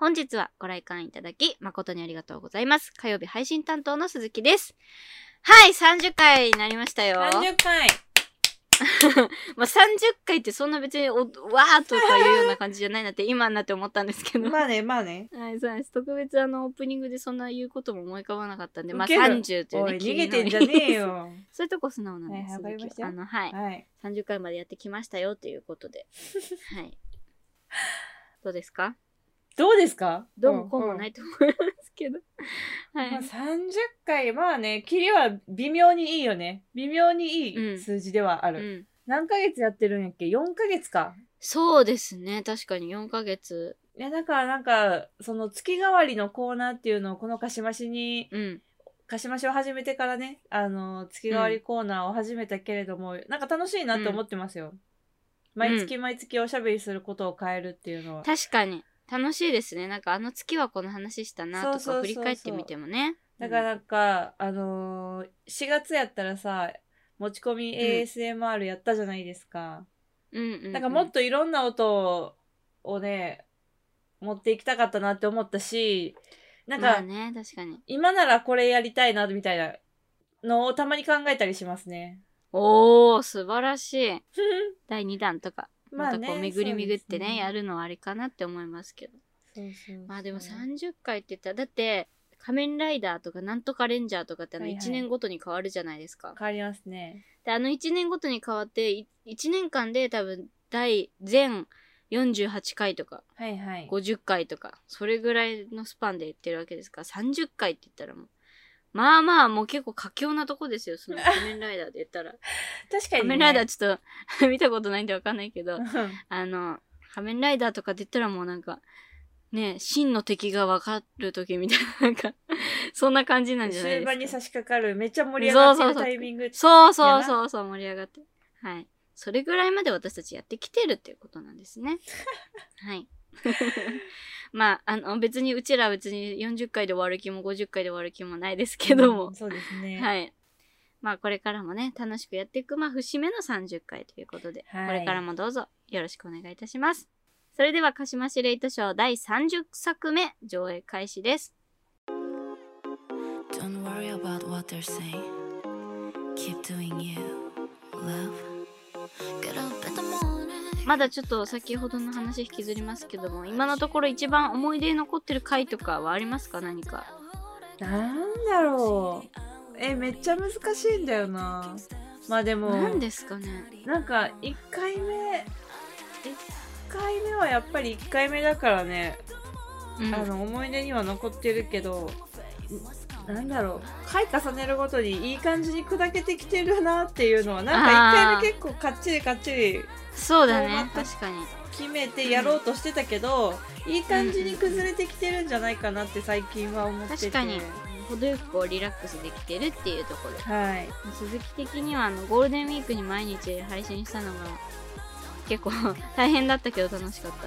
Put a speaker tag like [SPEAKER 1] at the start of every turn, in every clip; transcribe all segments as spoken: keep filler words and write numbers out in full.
[SPEAKER 1] 本日はご来館いただき誠にありがとうございます。火曜日配信担当の鈴木です。はい、さんじゅっかいになりましたよ。
[SPEAKER 2] さんじゅっかい
[SPEAKER 1] まあさんじゅっかいってそんな別におわーとかいうような感じじゃないなって今になって思ったんですけど。
[SPEAKER 2] まあね、まあね。
[SPEAKER 1] はい、そうです。特別あのオープニングでそんな言うことも思い浮かばなかったんで、まあさんじゅうというね。
[SPEAKER 2] おい、逃げてんじゃねえよ。
[SPEAKER 1] そういうとこ素直なんです。
[SPEAKER 2] はい、わかりましたよ。
[SPEAKER 1] あの、はい、はい。さんじゅっかいまでやってきましたよということで。はい。どうですか？
[SPEAKER 2] どうですか？
[SPEAKER 1] どうもこうもないと思いますけど。
[SPEAKER 2] はい。まあ、さんじゅっかい、まあね、キリは微妙にいいよね。微妙にいい数字ではある。うんうん、何ヶ月やってるんやっけ？ よん ヶ月か。
[SPEAKER 1] そうですね。確かによんかげつ。
[SPEAKER 2] いや、だからなんか、その月替わりのコーナーっていうのをこのかしましに、うん、かしましを始めてからね、あの、月替わりコーナーを始めたけれども、うん、なんか楽しいなって思ってますよ。うん、毎月毎月おしゃべりすることを変えるっていうのは。
[SPEAKER 1] 確かに。楽しいですね。なんかあの月はこの話したなとか振り返ってみてもね。
[SPEAKER 2] だからなんか、うん、あのー、しがつやったらさ、持ち込み エーエスエムアール やったじゃないですか。うんうんうん、なんかもっといろんな音をね、持っていきたかったなって思ったし、なんか、
[SPEAKER 1] まあね、確かに。
[SPEAKER 2] 今ならこれやりたいなみたいなのをたまに考えたりしますね。
[SPEAKER 1] おー、素晴らしい。だいにだんとか。またこう巡り巡ってね、ねやるのはあれかなって思いますけど。そうそうそう。まあでもさんじゅっかいって言ったら、だって仮面ライダーとかなんとかレンジャーとかってあのいちねんごとに変わるじゃないですか。
[SPEAKER 2] はいはい、変わりますね。
[SPEAKER 1] で、あのいちねんごとに変わって、いちねんかんで多分第全よんじゅうはちかいとか、はいはい、ごじゅっかいとか、それぐらいのスパンで言ってるわけですから、さんじゅっかいって言ったらもう、まあまあ、もう結構佳境なとこですよ、その仮面ライダーで言ったら。
[SPEAKER 2] 確かに、ね。
[SPEAKER 1] 仮面ライダーちょっと見たことないんでわかんないけど、あの、仮面ライダーとかで言ったらもうなんか、ね、真の敵が分かる時みたいな、なんか、そんな感じなんじゃないですか。
[SPEAKER 2] 終盤に差し掛かる、めっちゃ盛り上がってるタイミング。
[SPEAKER 1] そうそうそうそう、盛り上がって。はい。それぐらいまで私たちやってきてるっていうことなんですね。はい。まあ、あの、別に、うちらは別によんじゅっかいで終わる気もごじゅっかいで終わる気もないですけども。うん、
[SPEAKER 2] そうですね。
[SPEAKER 1] はい。まあ、これからもね、楽しくやっていく、まあ、節目のさんじゅっかいということで、はい、これからもどうぞよろしくお願いいたします。それでは、かしましレイトショーだいさんじゅっさくめ上映開始です。Don't worry about what they're saying. Keep doing you, love. Get up in the morning.まだちょっと先ほどの話引きずりますけども、今のところ一番思い出に残ってる回とかはありますか？何か。
[SPEAKER 2] なんだろう。え、めっちゃ難しいんだよな。まあでも。
[SPEAKER 1] 何ですかね。
[SPEAKER 2] なんかいっかいめ、いっかいめはやっぱりいっかいめだからね、うん、あの思い出には残ってるけど、なんだろう、回重ねるごとにいい感じに砕けてきてるなっていうのは、なんかいっかいめ結構かっちりかっちり
[SPEAKER 1] そうだね、確かに
[SPEAKER 2] 決めてやろうとしてたけど、うん、いい感じに崩れてきてるんじゃないかなって最近は思ってて、
[SPEAKER 1] 確かに程よくこうリラックスできてるっていうところで、はい、鈴木的にはあのゴールデンウィークに毎日配信したのが結構大変だったけど楽しかった。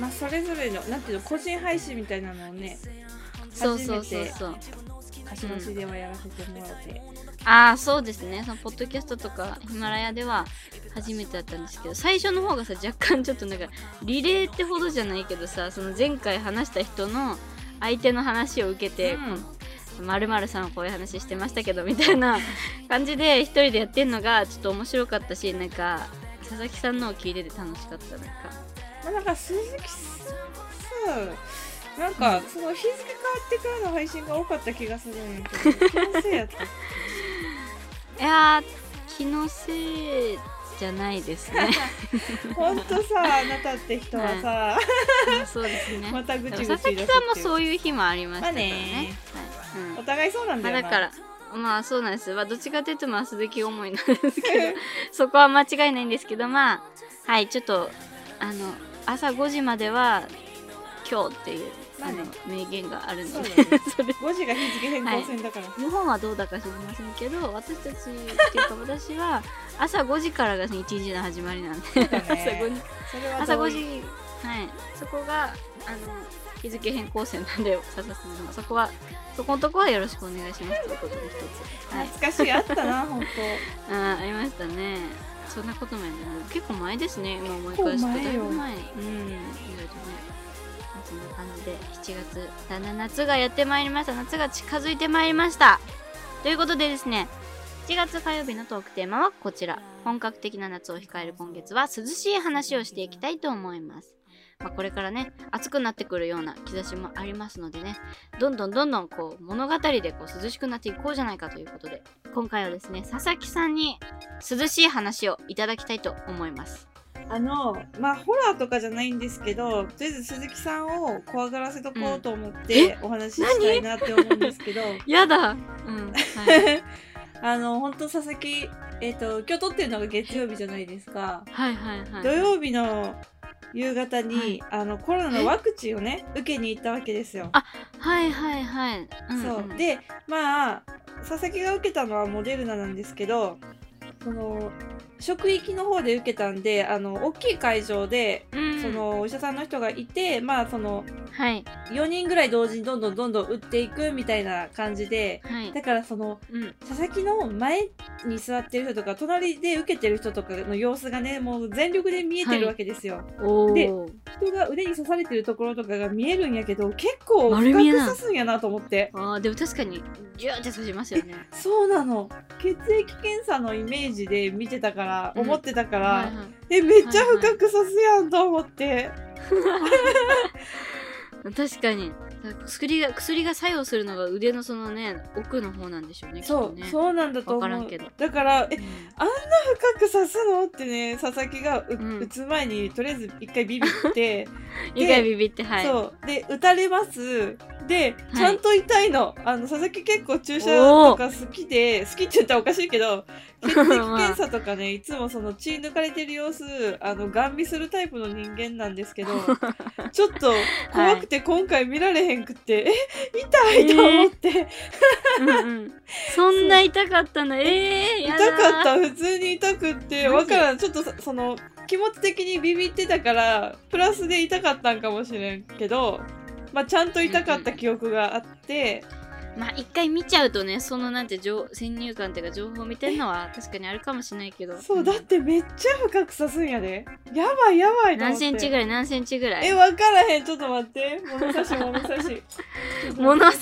[SPEAKER 2] まあそれぞれのなんていうの、個人配信みたいなのをね、
[SPEAKER 1] そうそうそうそう
[SPEAKER 2] かしましではやらせてもらって、
[SPEAKER 1] うん、ああそうですね、そのポッドキャストとかヒマラヤでは初めてだったんですけど、最初の方がさ若干ちょっとなんかリレーってほどじゃないけどさ、その前回話した人の相手の話を受けて、うん、〇〇さんはこういう話してましたけどみたいな感じで一人でやってんのがちょっと面白かったし、なんか佐々木さんのを聞いてて楽しかった。なんか
[SPEAKER 2] まあなんか鈴木さんなんかその日付変わってからの配信が多かった気がするんやけど、気のせいやったっ
[SPEAKER 1] け？いやー気のせいじゃないですね。
[SPEAKER 2] ほんとさ、あなたって人はさ、はい、
[SPEAKER 1] そうですね。
[SPEAKER 2] またぐちぐち
[SPEAKER 1] 佐々木さんもそういう日もありましたからね。
[SPEAKER 2] まあね、はい、うん、お互いそうなんだよな。
[SPEAKER 1] まあ、だからまあそうなんです。まあどっちかというとまあ鈴木思いなんですけど、そこは間違いないんですけど、まあはいちょっとあの朝ごじまでは今日っていう。あの名言があるので、
[SPEAKER 2] それごじが日付変更線だから、はい、
[SPEAKER 1] 日本はどうだか知りませんけど、私たちっていうか私は朝ごじからが一日の始まりなんで、ね、朝ごじ朝ごじ、はい、そこがあの日付変更線なんで、ささすのそこはそこのとこはよろしくお願いしますということで一つ、
[SPEAKER 2] はい、懐かしいあったな本当
[SPEAKER 1] あありましたね。そんなこともやる結構前ですね、今思い返すとだいぶ前、うん意外とね。 感じでしちがつだんだん夏がやってまいりました。夏が近づいてまいりました。ということでですね、しちがつ火曜日のトークテーマはこちら。本格的な夏を控える今月は涼しい話をしていきたいと思います。まあ、これからね暑くなってくるような兆しもありますのでね、どんどんどんどんこう物語でこう涼しくなっていこうじゃないかということで、今回はですね佐々木さんに涼しい話をいただきたいと思います。
[SPEAKER 2] あのまあホラーとかじゃないんですけど、とりあえず鈴木さんを怖がらせとこうと思ってお話ししたいなって思うんですけど、
[SPEAKER 1] やだ、うん、はい、
[SPEAKER 2] あの本当佐々木、えっと今日撮ってるのが月曜日じゃないですか。
[SPEAKER 1] はいはいはい。
[SPEAKER 2] 土曜日の夕方に、はい、あのコロナのワクチンをね受けに行ったわけですよ。
[SPEAKER 1] あ、はいはいはい。
[SPEAKER 2] うんうん、そうで、まあ佐々木が受けたのはモデルナなんですけど、その職域の方で受けたんで、あの大きい会場で、うん、そのお医者さんの人がいて、まあその、はい、よにんぐらい同時にどんどんどんどん打っていくみたいな感じで、はい、だからその、うん、佐々木の前に座ってる人とか隣で受けてる人とかの様子がねもう全力で見えてるわけですよ。はい、で人が腕に刺されてるところとかが見えるんやけど、結構深く刺すんやなと思って。
[SPEAKER 1] あーでも確かにギューって刺しますよね。
[SPEAKER 2] そうなの、血液検査のイメージで見てたから、うん、思ってたから、はいはい、えめっちゃ深く刺すやんと思って、
[SPEAKER 1] はいはい、確かに薬が薬が作用するのが腕のそのね奥の方なんでしょうね。
[SPEAKER 2] そう、ね、そうなんだと思う。
[SPEAKER 1] 分からんけど、
[SPEAKER 2] だからえ、うん、あんな深く刺すのってね、佐々木が う,、うん、打つ前にとりあえず一回ビビって
[SPEAKER 1] 一回ビビって、はい、
[SPEAKER 2] そうで打たれますで、ちゃんと痛いの、はい、あの佐々木結構注射とか好きで、好きって言ったらおかしいけど血液検査とかねいつもその血抜かれてる様子あのガン見するタイプの人間なんですけどちょっと怖くて今回見られへんくって、はい、え痛いと思って、
[SPEAKER 1] えーうん、うん、そんな痛かったの。えー、
[SPEAKER 2] 痛かった、普通に痛くってわからん、ちょっとその気持ち的にビビってたからプラスで痛かったんかもしれんけど、まあ、ちゃんと痛かった記憶があって、
[SPEAKER 1] うん、まあ一回見ちゃうとね、そのなんて先入観っていうか情報見てるのは確かにあるかもしれないけど、
[SPEAKER 2] そう、うん、だってめっちゃ深く刺すんやで、やばいやばいと思って。
[SPEAKER 1] 何センチぐらい何センチぐらい、
[SPEAKER 2] え分からへん、ちょっと待って、物差し物差し
[SPEAKER 1] 物差し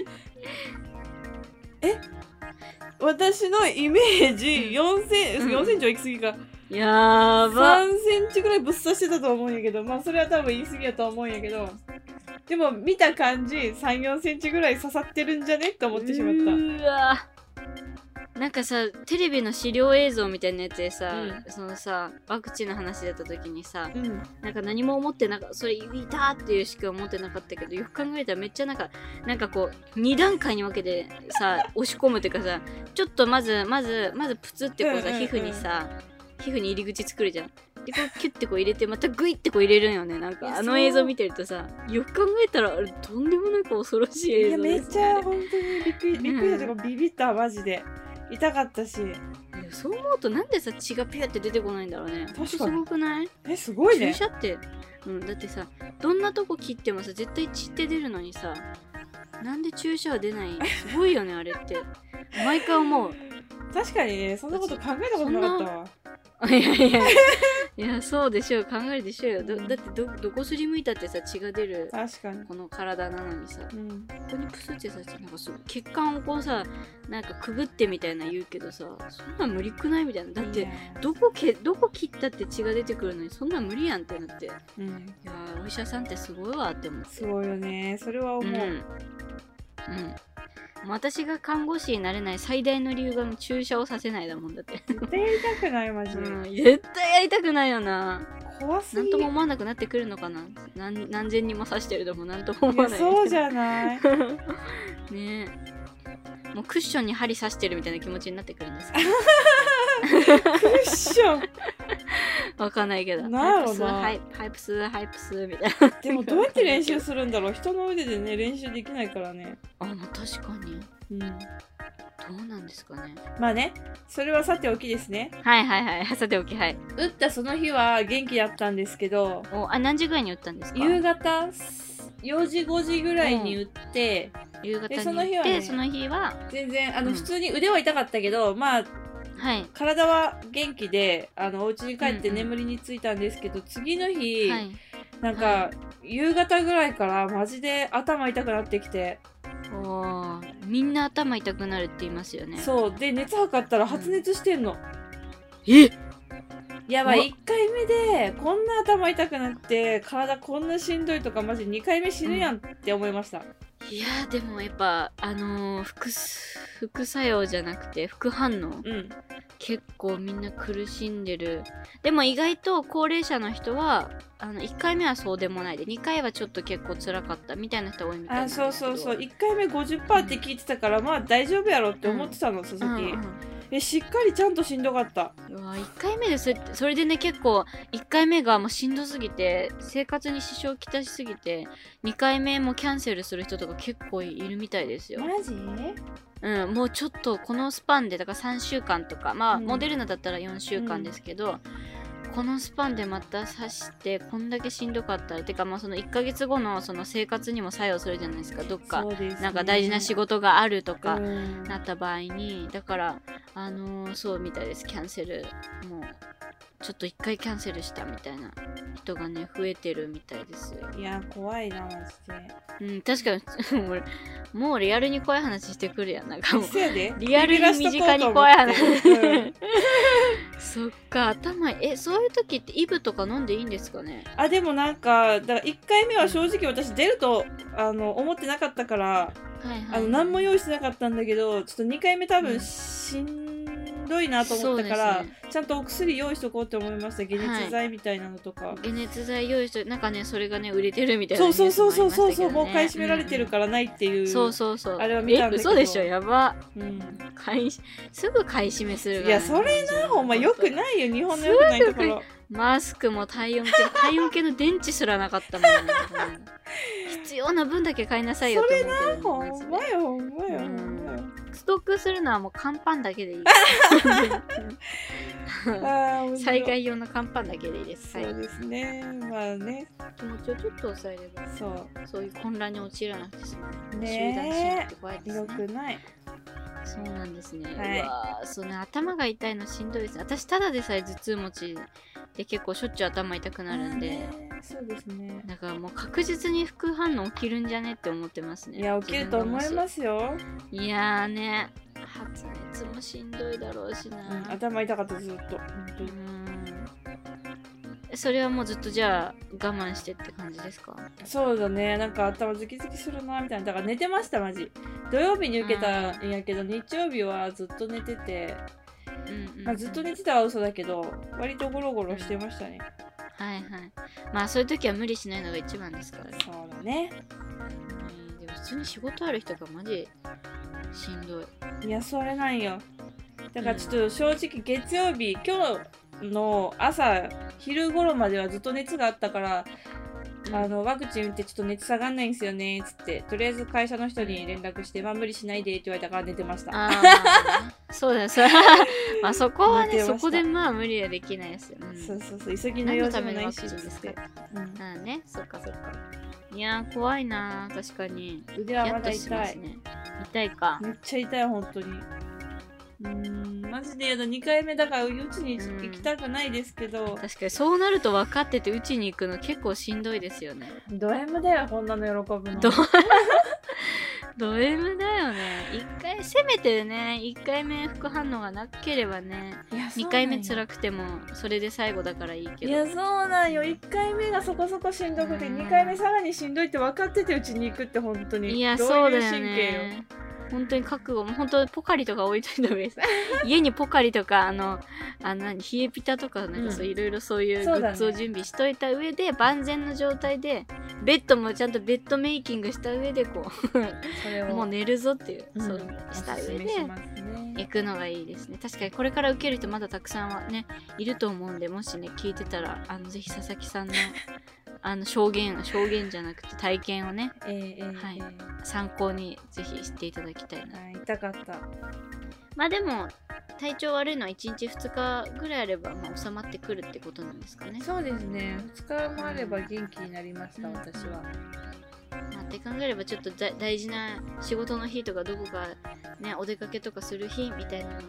[SPEAKER 2] え私のイメージよんセンチ、うん、よんセンチは行き過ぎか、
[SPEAKER 1] やば
[SPEAKER 2] さんセンチぐらいぶっ刺してたと思うんやけど、まあそれは多分言い過ぎやと思うんやけど、でも見た感じさん、よんセンチぐらい刺さってるんじゃねって思ってしまった。
[SPEAKER 1] うわ、なんかさテレビの資料映像みたいなやつでさ、うん、そのさワクチンの話だった時にさ、うん、なんか何も思ってなかった、それいたっていうしか思ってなかったけど、よく考えたらめっちゃなんかなんかこうに段階に分けてさ押し込むっていうかさ、ちょっとまずまずまずプツってこうさ、うんうんうん、皮膚にさ皮膚に入り口作るじゃん。でこうキュッてこう入れてまたグイってこう入れるんよね。なんかあの映像見てるとさ、よく考えたらあれとんでもなく恐ろしい映像ですね。
[SPEAKER 2] いやめっちゃ本当にびっくりびっくりしたとか、ビビったマジで痛かったし。いや
[SPEAKER 1] そう思うとなんでさ血がピュって出てこないんだろうね。確かにすごくない？
[SPEAKER 2] えすごいね。
[SPEAKER 1] 注射って、うん、だってさどんなとこ切ってもさ絶対血って出るのにさ、なんで注射は出ない？すごいよねあれって。毎回思う。
[SPEAKER 2] 確かにね、そんなこと考えたことなかったわ。
[SPEAKER 1] いやいやいやそうでしょう、考えるでしょうよ。だ, だって ど, どこすりむいたってさ血が出る
[SPEAKER 2] 確かにこ
[SPEAKER 1] の体なのにさ、うん、ここにプスってさなんかそう血管をこうさなんかくぐってみたいな言うけどさ、そんなん無理くないみたいな。だってどこけどこ切ったって血が出てくるのにそんなん無理やんってなって、うん、いやお医者さんってすごいわって思って。
[SPEAKER 2] すごいよね、それは思う。うん、うん
[SPEAKER 1] 私が看護師になれない最大の理由が注射をさせないだもんだって。
[SPEAKER 2] 絶対やりたくないマジで、うん、
[SPEAKER 1] 絶対やりたくないよな。
[SPEAKER 2] 怖すぎ。
[SPEAKER 1] なんとも思わなくなってくるのかな。何, 何千人も刺してるでもなんとも思わない。
[SPEAKER 2] いやそうじゃない
[SPEAKER 1] ねえ、もうクッションに針刺してるみたいな気持ちになってくるんですけど
[SPEAKER 2] クッション
[SPEAKER 1] わかんないけど、
[SPEAKER 2] なるほどな、
[SPEAKER 1] ハイプスハイプスみたいな。
[SPEAKER 2] でもどうやって練習するんだろう。人の腕でね練習できないからね。
[SPEAKER 1] あ、まあ確かに、うん、どうなんですかね。
[SPEAKER 2] まあね、それはさておきですね。
[SPEAKER 1] はいはいはい、さておき。はい、
[SPEAKER 2] 打ったその日は元気だったんですけど、
[SPEAKER 1] おあ何時ぐらいに打ったんですか？
[SPEAKER 2] 夕方よじごじぐらいに打って、
[SPEAKER 1] うん、夕方に打ってその日は、ね、その日は
[SPEAKER 2] 全然あの、うん、普通に腕は痛かったけど、まあはい、体は元気であのお家に帰って眠りについたんですけど、うん、次の日、はい、なんか、はい、 夕方ぐらいからマジで頭痛くなってきて、
[SPEAKER 1] おー、みんな頭痛くなるって言いますよね。
[SPEAKER 2] そうで熱測ったら発熱してんの、
[SPEAKER 1] え
[SPEAKER 2] やばい、
[SPEAKER 1] うわ
[SPEAKER 2] いっかいめでこんな頭痛くなって体こんなしんどいとかマジにかいめ死ぬやんって思いました、
[SPEAKER 1] いやーでもやっぱあのー、副す副作用じゃなくて副反応、
[SPEAKER 2] うん
[SPEAKER 1] 結構みんな苦しんでる。でも意外と高齢者の人はあのいっかいめはそうでもないでにかいはちょっと結構辛かったみたいな人多いみたいなん
[SPEAKER 2] あ
[SPEAKER 1] ですけど。
[SPEAKER 2] そうそうそういっかいめ ごじゅっパーセント って聞いてたから、まあ大丈夫やろって思ってたの、佐々木、
[SPEAKER 1] うんうん
[SPEAKER 2] えしっかりちゃんとしんどかった。
[SPEAKER 1] うわいっかいめでそれそれでね結構いっかいめがもうしんどすぎて生活に支障をきたしすぎてにかいめもキャンセルする人とか結構いるみたいですよ。
[SPEAKER 2] マジ？
[SPEAKER 1] うん、もうちょっとこのスパンでだからさんしゅうかんとかまあ、
[SPEAKER 2] うん
[SPEAKER 1] モデルナだったらよんしゅうかんですけど、このスパンでまた刺してこんだけしんどかったらてかまあそのいっかげつごのその生活にも作用するじゃないですか。どっか
[SPEAKER 2] そうですね
[SPEAKER 1] なんか大事な仕事があるとか
[SPEAKER 2] うん
[SPEAKER 1] なった場合に、だからあのーそうみたいです。キャンセルもうちょっと一回キャンセルしたみたいな人がね増えてるみたいですよ。
[SPEAKER 2] いや怖いなマジで。
[SPEAKER 1] うん、確かに俺もうリアルに怖い話してくるやん。なんかもう
[SPEAKER 2] せやで
[SPEAKER 1] リアルに身近に怖い話
[SPEAKER 2] ビビらしとこうと思って
[SPEAKER 1] そっか頭えそういう時ってイブとか飲んでいいんですかね。
[SPEAKER 2] あでもなんかだからいっかいめは正直私出るとあの思ってなかったから
[SPEAKER 1] はいはい、
[SPEAKER 2] あの何も用意してなかったんだけどちょっとにかいめ多分しんどいなと思ったから、
[SPEAKER 1] そうですね
[SPEAKER 2] ちゃんとお薬用意しとこうって思いました。解熱剤みたいなのとか、
[SPEAKER 1] 解熱剤用意してなんかねそれがね売れてるみたいな
[SPEAKER 2] そう
[SPEAKER 1] ニュースも
[SPEAKER 2] そうそうそうそうそう、
[SPEAKER 1] ありましたけどね
[SPEAKER 2] もう買い占められてるからないっていう、
[SPEAKER 1] うんうんそうそうそう
[SPEAKER 2] あれは見たんだけど
[SPEAKER 1] え嘘でしょやば
[SPEAKER 2] うん、
[SPEAKER 1] 買いすぐ買い占めするから、
[SPEAKER 2] いやそれなほんまよくないよ日本のよくないところ。
[SPEAKER 1] マスクも体温計体温計の電池すらなかったもんね必要な分だけ買いなさいよって思うけど、ね、
[SPEAKER 2] ほ
[SPEAKER 1] マジで
[SPEAKER 2] んまよほんまよ、
[SPEAKER 1] うん
[SPEAKER 2] ほんまよ
[SPEAKER 1] ストックするのはもう乾パンだけでいい
[SPEAKER 2] あー面白い
[SPEAKER 1] 災害用の乾パンだけでいいです。はい
[SPEAKER 2] そうですねまあね
[SPEAKER 1] 気持ちをちょっと抑えれば
[SPEAKER 2] そう
[SPEAKER 1] そういう混乱に陥らなくて済む。
[SPEAKER 2] ね
[SPEAKER 1] 集団心理って怖いです
[SPEAKER 2] よ
[SPEAKER 1] ね。
[SPEAKER 2] くない。
[SPEAKER 1] そうなんですね。
[SPEAKER 2] はいう
[SPEAKER 1] わーそうね頭が痛いのしんどいです。私ただでさえ頭痛持ちで結構しょっちゅう頭痛くなるんで、
[SPEAKER 2] ねそうですね。
[SPEAKER 1] だからもう確実に副反応起きるんじゃねって思ってますね。
[SPEAKER 2] いや起きると思いますすよ、
[SPEAKER 1] いやーね発熱もしんどいだろうしな、
[SPEAKER 2] うん、頭痛かったずっと本当
[SPEAKER 1] う
[SPEAKER 2] に。
[SPEAKER 1] んそれはもうずっとじゃあ我慢してって感じですか。
[SPEAKER 2] そうだねなんか頭ズキズキするなみたいなだから寝てましたマジ。土曜日に受けたんやけど日曜日はずっと寝てて、
[SPEAKER 1] うんうん
[SPEAKER 2] まあ、ずっと寝てたは嘘だけど割とゴロゴロしてましたね。
[SPEAKER 1] はいはいまあそういう時は無理しないのが一番ですからね。
[SPEAKER 2] そうだね。
[SPEAKER 1] うんでも普通に仕事ある人がマジしんどい。
[SPEAKER 2] いやそれなんよ。だからちょっと正直月曜日今日の朝昼頃まではずっと熱があったから、
[SPEAKER 1] うん
[SPEAKER 2] あのワクチン打ってちょっと熱下がんないんですよねっつってとりあえず会社の人に連絡して、まあ無理しないでって言われたから寝てました。
[SPEAKER 1] あーまあねそうだよそれまあそこはね
[SPEAKER 2] 寝てました
[SPEAKER 1] そこでまあ無理はできないですよ、うん、
[SPEAKER 2] そうそうそう急ぎの用事もないし
[SPEAKER 1] 何のためのワクチンですか
[SPEAKER 2] っつってうん
[SPEAKER 1] あーねそっかそっかいやー怖いなー確かに
[SPEAKER 2] 腕はまだ
[SPEAKER 1] ヒヤッとしま
[SPEAKER 2] 痛い、
[SPEAKER 1] すね痛いか
[SPEAKER 2] めっちゃ痛い本当に。うーんマジでやだにかいめだからうちに行きたくないですけど、
[SPEAKER 1] 確かにそうなると分かっててうちに行くの結構しんどいですよね。
[SPEAKER 2] ド M だよこんなの喜ぶの。
[SPEAKER 1] ドド M だよね。一回せめてねいっかいめ副反応がなければね
[SPEAKER 2] いや
[SPEAKER 1] にかいめ
[SPEAKER 2] そうなんよ
[SPEAKER 1] 辛くてもそれで最後だからいいけど
[SPEAKER 2] いやそうなんよいっかいめがそこそこしんどくて
[SPEAKER 1] うん
[SPEAKER 2] にかいめさらにしんどいって分かっててうちに行くって本当に
[SPEAKER 1] いや
[SPEAKER 2] ど
[SPEAKER 1] そうだよ
[SPEAKER 2] いう神経よ。
[SPEAKER 1] ね本当に覚悟も本当ポカリとか置いといた方がいいです家にポカリとかあのあの何冷えピタとかなんかそう
[SPEAKER 2] うん
[SPEAKER 1] いろいろそういうグ
[SPEAKER 2] そうだね
[SPEAKER 1] ッズを準備しといた上で、万全の状態でベッドもちゃんとベッドメイキングした上でこ
[SPEAKER 2] それを
[SPEAKER 1] うもう寝るぞっていう、
[SPEAKER 2] うん
[SPEAKER 1] そうした
[SPEAKER 2] おすす
[SPEAKER 1] 上で
[SPEAKER 2] めしますね。
[SPEAKER 1] 行くのがいいですね。確かにこれから受ける人まだたくさんはねいると思うんで、もしね聞いてたらあのぜひ佐々木さんのあの証言証言じゃなくて体験をね
[SPEAKER 2] えーえー
[SPEAKER 1] はい
[SPEAKER 2] えー
[SPEAKER 1] 参考にぜひ知っていただきたいな。
[SPEAKER 2] はい痛かった。
[SPEAKER 1] まあでも体調悪いのはいちにちふつかぐらいあれば、まあ、収まってくるってことなんですかね。
[SPEAKER 2] そうですねふつかもあれば元気になりました、
[SPEAKER 1] うん
[SPEAKER 2] 私は。
[SPEAKER 1] まあ、って考えればちょっとだ大事な仕事の日とかどこかねお出かけとかする日みたいなの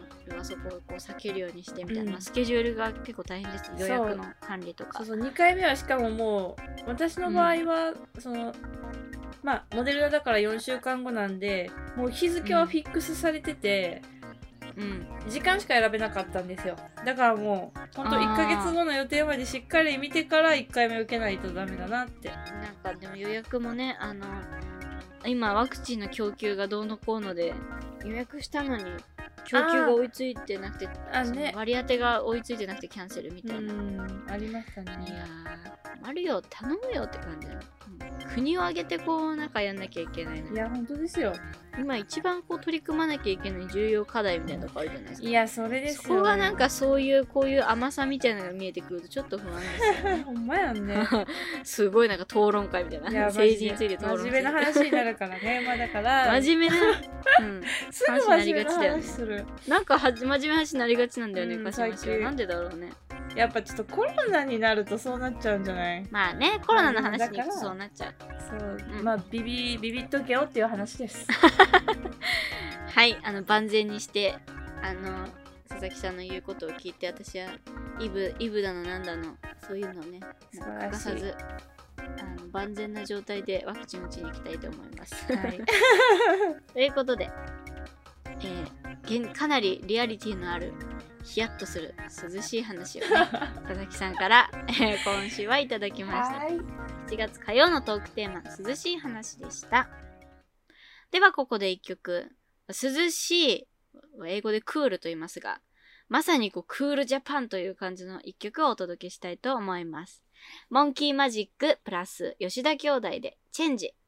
[SPEAKER 1] あそこをこう避けるようにしてみたいな、
[SPEAKER 2] うん
[SPEAKER 1] まあ、スケジュールが結構大変です。予約の管理とか。
[SPEAKER 2] そうそうにかいめはしかももう私の場合は、うん、そのまあモデルナだからよんしゅうかんごなんでもう日付はフィックスされてて、うん、時間しか選べなかったんですよ。だからもうほんといっかげつごの予定までしっかり見てからいっかいめ受けないとダメだなって。
[SPEAKER 1] なんかでも予約もね、あの今ワクチンの供給がどうのこうので予約したのに供給が追いついてなくて、あ、ね、割り当てが追いついてなくてキャンセルみたいな。
[SPEAKER 2] うんありましたね。
[SPEAKER 1] いやー困るよ、頼むよって感じだよ、うん、国を挙げてこうなんかやんなきゃいけないの。
[SPEAKER 2] いや本当ですよ。
[SPEAKER 1] 今一番こう取り組まなきゃいけない重要課題みたいなとこあるじゃないですか。
[SPEAKER 2] いやそれですよ、ね、
[SPEAKER 1] そこがなんかそういうこういう甘さみたいなのが見えてくるとちょっと不安ですよね。
[SPEAKER 2] ほんまやんね。
[SPEAKER 1] すごいなんか討論会みたいな。いや政治について討論
[SPEAKER 2] 真面目な話になるからね。まあだから
[SPEAKER 1] 真面目な、うん、
[SPEAKER 2] すぐ真面目な話する。
[SPEAKER 1] なんかは真面目な話になりがちなんだよね、かしましは。なんでだろうね。
[SPEAKER 2] やっぱちょっとコロナになるとそうなっちゃうんじゃない？
[SPEAKER 1] まあね、コロナの話に行くとそうなっちゃう。
[SPEAKER 2] そう、うん、まあビビビビっとけよっていう話です。
[SPEAKER 1] はい、あの万全にしてあの佐々木さんの言うことを聞いて、私はイブイブだのなんだのそういうのをね欠かさずあの万全な状態でワクチン打ちに行きたいと思います。はい、ということで、えー、かなりリアリティのあるヒヤッとする涼しい話をね佐々木さんから、えー、今週はいただきました。しちがつ火曜のトークテーマ涼しい話でした。ではここでいっきょく、涼しい英語でクールと言いますが、まさにこうクールジャパンという感じのいっきょくをお届けしたいと思います。モンキーマジックプラス吉田兄弟でチェンジ。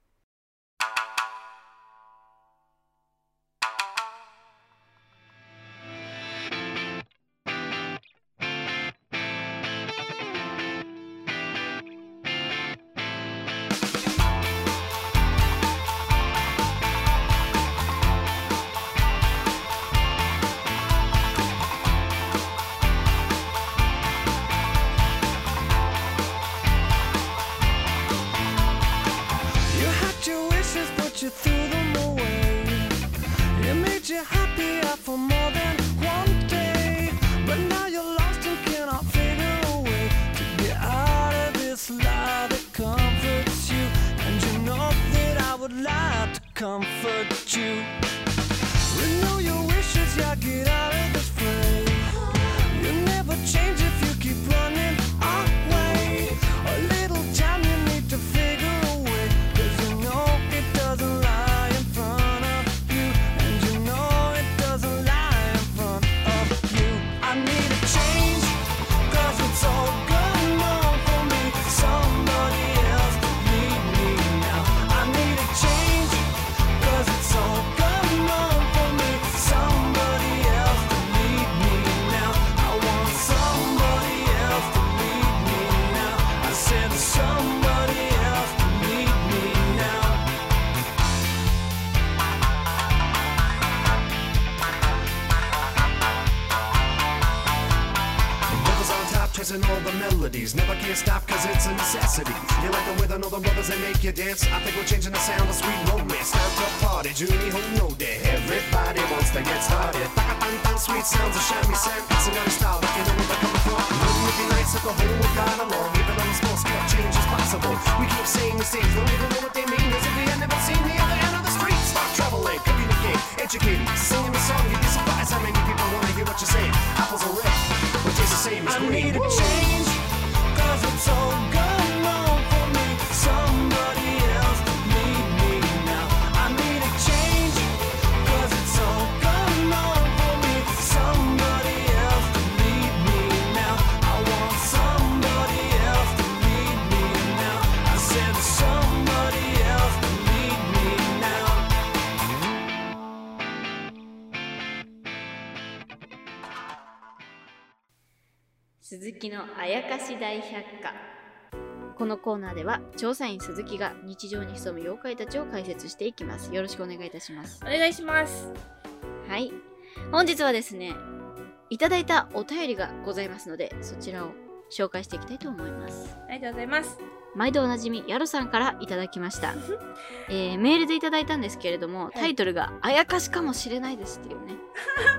[SPEAKER 3] You threw them away. It made you happier for more than one day. But now you're lost and cannot figure a way to get out of this lie that comforts you. And you know that I would like to comfort you. Renew your wishes, yeah, get out of this fray. You'll never change if you keep running away. A little time you need to figure a way, 'cause you know it doesn't lie in front of you, and you know it doesn't lie in front of you. I need a change, 'cause it's all going on for me. Somebody else to lead me now. I need a change, 'cause it's all going on for me. Somebody else to lead me now. I want somebody else to lead me now. I said somebody else to lead me now.
[SPEAKER 4] Brothers on top, chasing all the melodies. Never can't stop, cause it's a necessity. You like the rhythm of the brothers that make you dance. I think we're changing the sound of sweet romance. Time to party, Junie ho no day. Everybody wants to get started. Taka-tan-tan, sweet sounds of shammy sand. Passing out of style, but you know where they're coming from. Wouldn't it be nice if the whole world got along? Even on a small scale, change is possible. We keep saying these things, don't even know what they mean. As if we had never seen the other end of the street. Start traveling, communicate, educating, singing the song. You'd be surprised how many people wanna hear what you're saying. Apples are red, but taste the same as
[SPEAKER 3] I
[SPEAKER 4] green.
[SPEAKER 3] need a change, 'cause it's all going on for me. Somebody else to lead me now. I need a change, 'cause it's all going on for me. Somebody else to lead me now. I want somebody else to lead me now. I said somebody else to lead me now.
[SPEAKER 1] 鈴木のあやかし大百科。このコーナーでは調査員鈴木が日常に潜む妖怪たちを解説していきます。よろしくお願いいたします。
[SPEAKER 2] お願いします。
[SPEAKER 1] はい、本日はですね、いただいたお便りがございますので、そちらを紹介していきたいと思います。
[SPEAKER 2] ありがとうございます。
[SPEAKER 1] 毎度おなじみやろさんからいただきました、えー、メールでいただいたんですけれども、タイトルがあやかしかもしれないですっていうねあの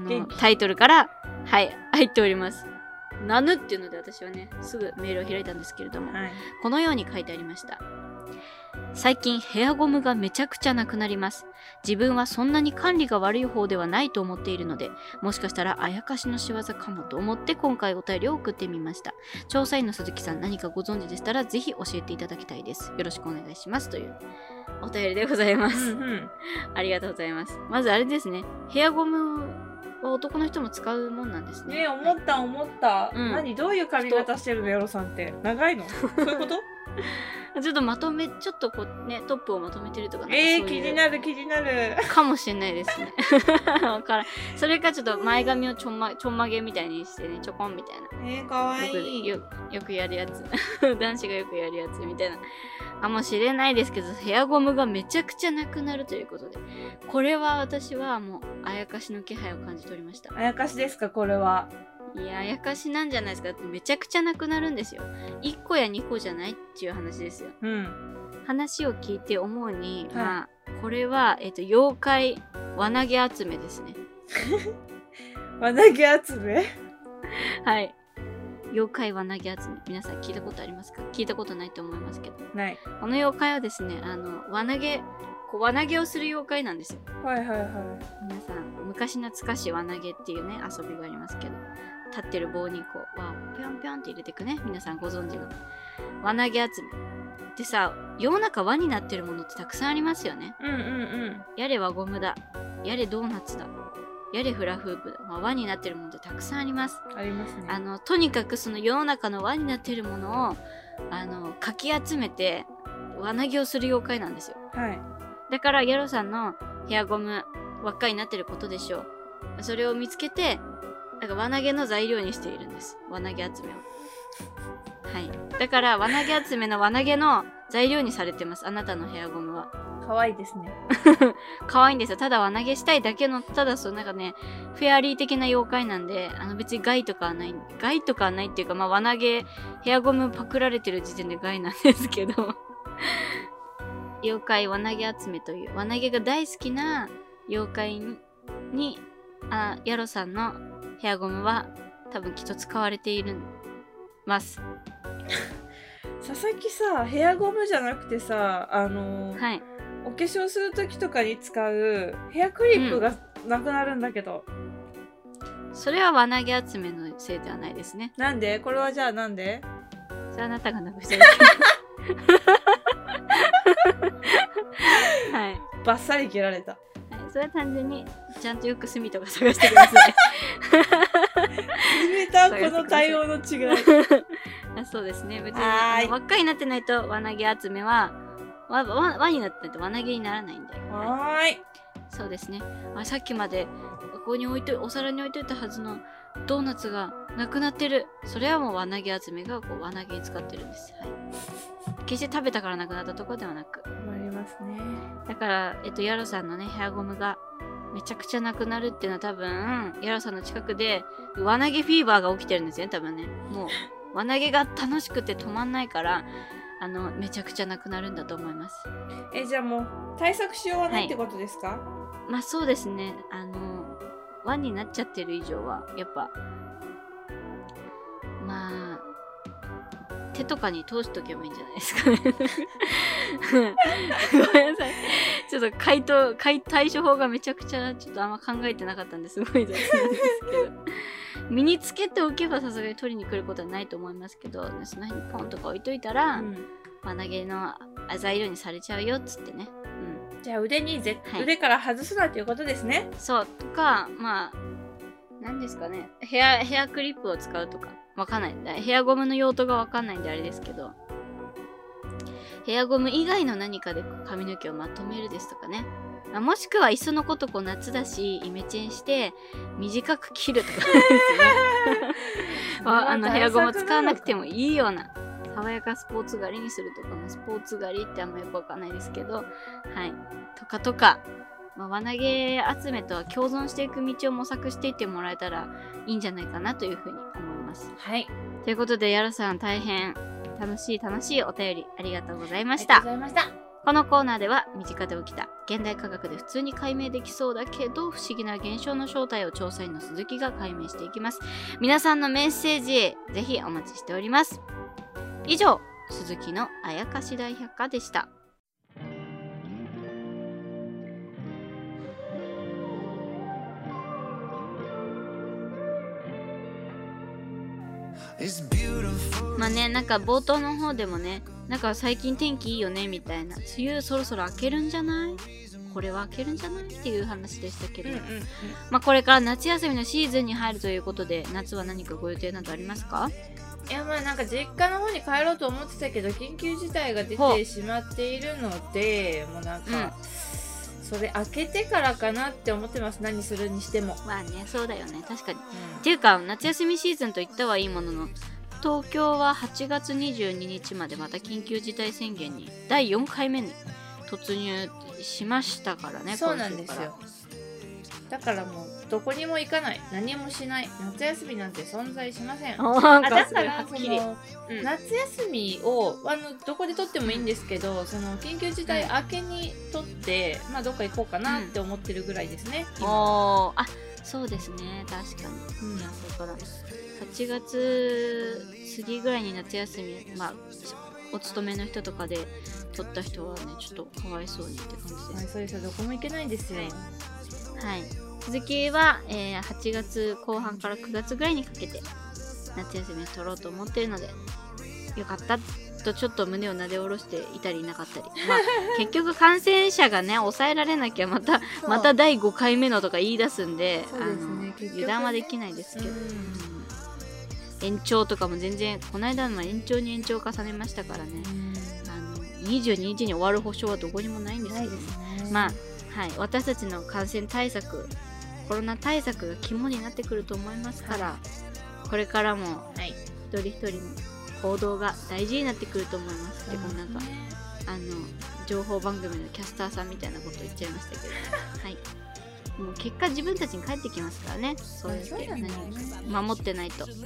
[SPEAKER 1] の
[SPEAKER 2] 元気
[SPEAKER 1] タイトルからはい入っております。なぬっていうので私はねすぐメールを開いたんですけれども、
[SPEAKER 2] はい。
[SPEAKER 1] このように書いてありました。最近ヘアゴムがめちゃくちゃなくなります。自分はそんなに管理が悪い方ではないと思っているので、もしかしたらあやかしの仕業かもと思って今回お便りを送ってみました。調査員の鈴木さん、何かご存知でしたらぜひ教えていただきたいです。よろしくお願いしますというお便りでございま
[SPEAKER 2] う
[SPEAKER 1] す。
[SPEAKER 2] んうん。
[SPEAKER 1] ありがとうございます。まずあれですね、ヘアゴムは男の人も使うもんなんですね。
[SPEAKER 2] ね、思った思った。
[SPEAKER 1] うん
[SPEAKER 2] 何どういう髪型してるの、ヤロさんって。長いのそういうこと
[SPEAKER 1] ちょっとまとめ、ちょっとこうね、トップをまとめてるとかなんか
[SPEAKER 2] えー、
[SPEAKER 1] そういう
[SPEAKER 2] 気になる気になる。
[SPEAKER 1] かもしれないですね。わからん。それかちょっと前髪をちょんま、ちょんまげみたいにしてね、ちょこんみたいな。
[SPEAKER 2] えー、かわ
[SPEAKER 1] よく
[SPEAKER 2] いい。
[SPEAKER 1] よよくやるやつ。男子がよくやるやつみたいな。かもしれないですけど、ヘアゴムがめちゃくちゃなくなるということで。これは私はもう、あやかしの気配を感じておりました。
[SPEAKER 2] あやかしですか、これは。
[SPEAKER 1] いや、あやかしなんじゃないですか。だってめちゃくちゃなくなるんですよ。いっこやにこじゃないっていう話ですよ。
[SPEAKER 2] うん。
[SPEAKER 1] 話を聞いて思うに、
[SPEAKER 2] はい
[SPEAKER 1] まあ、これは、えっと、妖怪輪投げ集めですね。
[SPEAKER 2] 輪投げ集め
[SPEAKER 1] はい。妖怪輪投げ集め。皆さん聞いたことありますか？聞いたことないと思いますけど。
[SPEAKER 2] ない。
[SPEAKER 1] この妖怪はですね、あの、輪投げ、こう輪投げをする妖怪なんですよ。
[SPEAKER 2] はいはいは
[SPEAKER 1] 皆さん、昔懐かしい輪投げっていうね、遊びがありますけど、立ってる棒にこう、輪をぴょんぴょんって入れていくね。皆さんご存知の。輪投げ集め。でさ、世の中輪になってるものってたくさんありますよね。
[SPEAKER 2] い。うんうんうん。
[SPEAKER 1] やれ輪ゴムだ。やれドーナツだ。やれフラフープだ。まあ、輪になってるものってたくさんあります。
[SPEAKER 2] ありますね。
[SPEAKER 1] あの、とにかくその世の中の輪になってるものを、あの、かき集めて、輪投げをする妖怪なんですよ。
[SPEAKER 2] はい。
[SPEAKER 1] だから、ヤロさんのヘアゴム輪っかになってることでしょう。それを見つけて、なんか輪投げの材料にしているんです。輪投げ集めを。はい。だから、輪投げ集めの輪投げの材料にされてます。あなたのヘアゴムは。
[SPEAKER 2] かわいいですね。
[SPEAKER 1] 可愛いんですよ。ただ輪投げしたいだけの、ただそうなんかね、フェアリー的な妖怪なんで、あの別に害とかはない、害とかはないっていうか、まあ輪投げ、ヘアゴムパクられてる時点で害なんですけど、妖怪輪投げ集めという、輪投げが大好きな妖怪に、にあヤロさんのヘアゴムは多分きっと使われているます。
[SPEAKER 2] 佐々木さ、ヘアゴムじゃなくてさ、あのー、
[SPEAKER 1] はい。
[SPEAKER 2] お化粧するときとかに使うヘアクリップがなくなるんだけど。
[SPEAKER 1] それは輪投げ集めのせいではないですね。
[SPEAKER 2] なんでこれはじゃあなんで
[SPEAKER 1] それはあなたがなくしただけ。はい。
[SPEAKER 2] バッサリ切られた。
[SPEAKER 1] はい、それは単純にちゃんとよく隅とか探してください。
[SPEAKER 2] 決めたこの対応の違い。
[SPEAKER 1] あ、そうですね。別に
[SPEAKER 2] はーい
[SPEAKER 1] あの輪っかになってないと輪投げ集めは輪輪輪になってないと輪投げにならないんで。はい、
[SPEAKER 2] はーい。
[SPEAKER 1] そうですね。あ、さっきまでここに置いとお皿に置いといたはずのドーナツがなくなってる。それはもう輪投げ集めがこう輪投げに使ってるんです。はい。決して食べたからなくなったとかではなく。
[SPEAKER 2] ありますね。
[SPEAKER 1] だから、えっと、ヤロさんのね、ヘアゴムがめちゃくちゃなくなるっていうのは多分、ヤロさんの近くで輪投げフィーバーが起きてるんですよね、多分ね。もう、輪投げが楽しくて止まんないから、あの、めちゃくちゃなくなるんだと思います。
[SPEAKER 2] え、じゃあもう対策しようがないってことですか？
[SPEAKER 1] まあそうですね、あの、輪になっちゃってる以上は、やっぱ、まあ、手とかに通しとけばいいんじゃないですかね。ごめんなさい。ちょっと回答、回対処法がめちゃくちゃちょっとあんま考えてなかったんですごい雑なんですけど。身につけておけばさすがに取りに来ることはないと思いますけど、その辺にポンとか置いといたら、
[SPEAKER 2] うん
[SPEAKER 1] 輪投げの材料にされちゃうよっつってね。うん。
[SPEAKER 2] じゃあ腕にぜ、
[SPEAKER 1] はい
[SPEAKER 2] 腕から外すなということですね。
[SPEAKER 1] そう、とか、まあ、何ですかね。ヘア、ヘアクリップを使うとか。わかんない。ヘアゴムの用途がわかんないんであれですけど。ヘアゴム以外の何かで髪の毛をまとめるですとかね。まあ、もしくはいっそのことこう夏だし、イメチェンして短く切るとかですね。ああのヘアゴム使わなくてもいいような。爽やかスポーツ狩りにするとかも、スポーツ狩りってあんまよくわかんないですけど、はい。とかとか、まあ、輪投げ集めとは共存していく道を模索していってもらえたらいいんじゃないかなというふうに思います。
[SPEAKER 2] はい。
[SPEAKER 1] ということで、ヤロさん大変楽しい楽しいお便りありがとうございま
[SPEAKER 2] ありが
[SPEAKER 1] した。
[SPEAKER 2] とうございました。
[SPEAKER 1] このコーナーでは身近で起きた現代科学で普通に解明できそうだけど不思議な現象の正体を調査員の鈴木が解明していきます。皆さんのメッセージぜひお待ちしております。以上、鈴木のあやかし大百科でした。まあね、なんか冒頭の方でもね、なんか最近天気いいよねみたいな、梅雨そろそろ明けるんじゃない、これは明けるんじゃないっていう話でしたけど、うんうんうん、まあこれから夏休みのシーズンに入るということで、夏は何かご予定などありますか？
[SPEAKER 2] いや、まあなんか実家の方に帰ろうと思ってたけど緊急事態が出てしまっているので、もうなんか、うん、それ開けてからかなって思ってます。何するにしても。
[SPEAKER 1] まあね、そうだよね、確かに、うん、っていうか夏休みシーズンと言ったはいいものの、東京ははちがつにじゅうににちまでまた緊急事態宣言にだいよんかいめに突入しましたからね。
[SPEAKER 2] そうなんですよ。だからもうどこにも行かない、何もしない、夏休みなんて存在しません。あ、だからその、うん、夏休みをあのどこで取ってもいいんですけど、その緊急事態明けに取って、うん、まあどっか行こうかなって思ってるぐらいですね、
[SPEAKER 1] うん、今。あ、そうですね、確かに、うん、いや、だからはちがつ過ぎぐらいに夏休み、まあお勤めの人とかで取った人はね、ちょっとかわいそうにって感じです。
[SPEAKER 2] はい、そうですよ、どこも行けないんですよ。
[SPEAKER 1] はい、続きは、えー、はちがつこう半からくがつぐらいにかけて夏休みを取ろうと思ってるので、よかったとちょっと胸をなで下ろしていたりいなかったり、まあ結局感染者がね抑えられなきゃまたまただいごかいめのとか言い出すんで、
[SPEAKER 2] そうですね、
[SPEAKER 1] あの油断はできないですけど、延長とかも全然この間の延長に延長を重ねましたからね、あのにじゅうににちに終わる保証はどこにもないんですけど、ね、まあはい、私たちの感染対策、コロナ対策が肝になってくると思いますから、はい、これからも、はい、一人一人の行動が大事になってくると思います。でもなんかあの情報番組のキャスターさんみたいなこと言っちゃいましたけどはい、もう結果自分たちに返ってきますからね、そうやって何守ってないと、うん、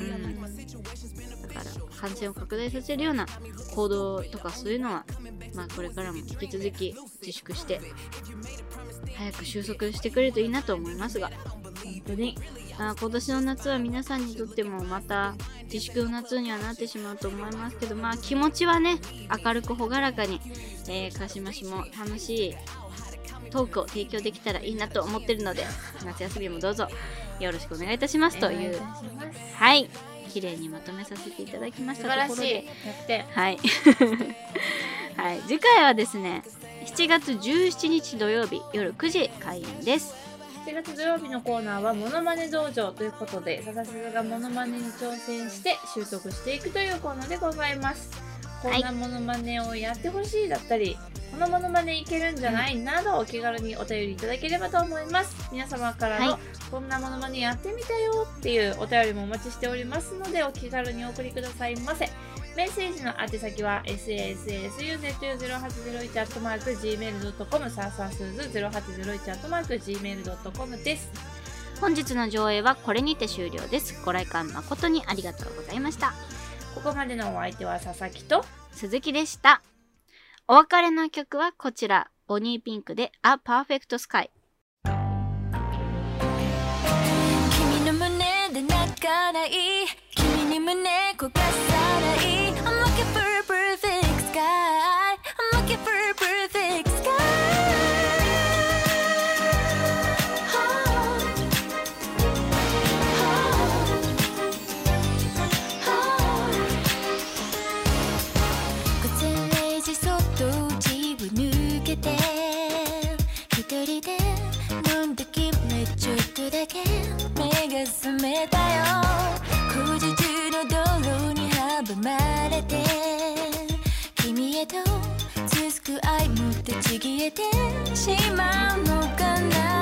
[SPEAKER 1] だから感染を拡大させるような行動とかそういうのは、まあこれからも引き続き自粛して早く収束してくれるといいなと思いますが、本当にあ今年の夏は皆さんにとってもまた自粛の夏にはなってしまうと思いますけど、まあ気持ちはね明るく朗らかに、えー、かしましも楽しいトークを提供できたらいいなと思ってるので、夏休みもどうぞよろしくお願いいたしますという、はい綺麗にまとめさせていただきましたところで、はいはい、次回はですねしちがつじゅうしちにち土曜日夜くじ開演です。
[SPEAKER 2] しちがつ土曜日のコーナーはモノマネ道場ということで、笹鈴がモノマネに挑戦して習得していくというコーナーでございます。こんなモノマネをやってほしいだったり、このモノマネいけるんじゃない、うん、などお気軽にお便りいただければと思います。皆様からの、はい、こんなモノマネやってみたよっていうお便りもお待ちしておりますので、お気軽にお送りくださいませ。メッセージの宛先は エスエスエスユーゼットユーゼロはちゼロいち アットマーク ジーメールドットコム サーサースーズゼロはちゼロいち アットマーク ジーメールドットコム です。
[SPEAKER 1] 本日の上映はこれにて終了です。ご来館誠にありがとうございました。
[SPEAKER 2] ここまでのお相手は佐々木と
[SPEAKER 1] 鈴木でした。お別れの曲はこちら、ボニーピンクで A Perfect Sky。
[SPEAKER 5] 君の胸で泣かない、君に胸焦がさない、 I'm looking for a perfect sky, I'm looking for a perfect sky、 午前れいじそっと家を抜けて一人で飲んで決めちょっとだけ目が覚めたよ。工事中の道路に阻まれて君へと続く愛もってちぎれてしまうのかな。